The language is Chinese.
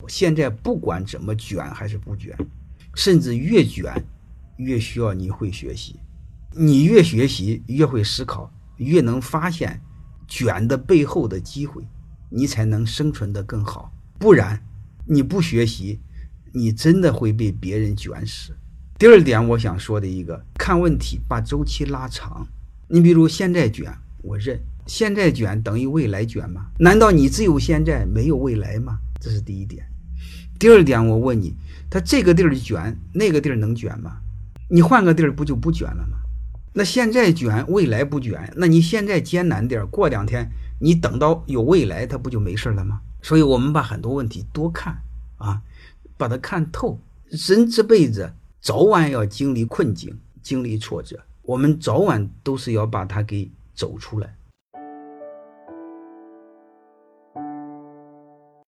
现在不管怎么卷还是不卷，甚至越卷越需要你会学习，你越学习越会思考，越能发现卷的背后的机会，你才能生存得更好。不然你不学习，你真的会被别人卷死。第二点我想说的一个，看问题把周期拉长。你比如现在卷，我认现在卷等于未来卷吗？难道你只有现在没有未来吗？这是第一点。第二点，我问你，他这个地儿卷，那个地儿能卷吗？你换个地儿不就不卷了吗？那现在卷，未来不卷，那你现在艰难点，过2天你等到有未来，它不就没事了吗？所以我们把很多问题多看啊，把它看透。人这辈子早晚要经历困境，经历挫折，我们早晚都是要把它给走出来。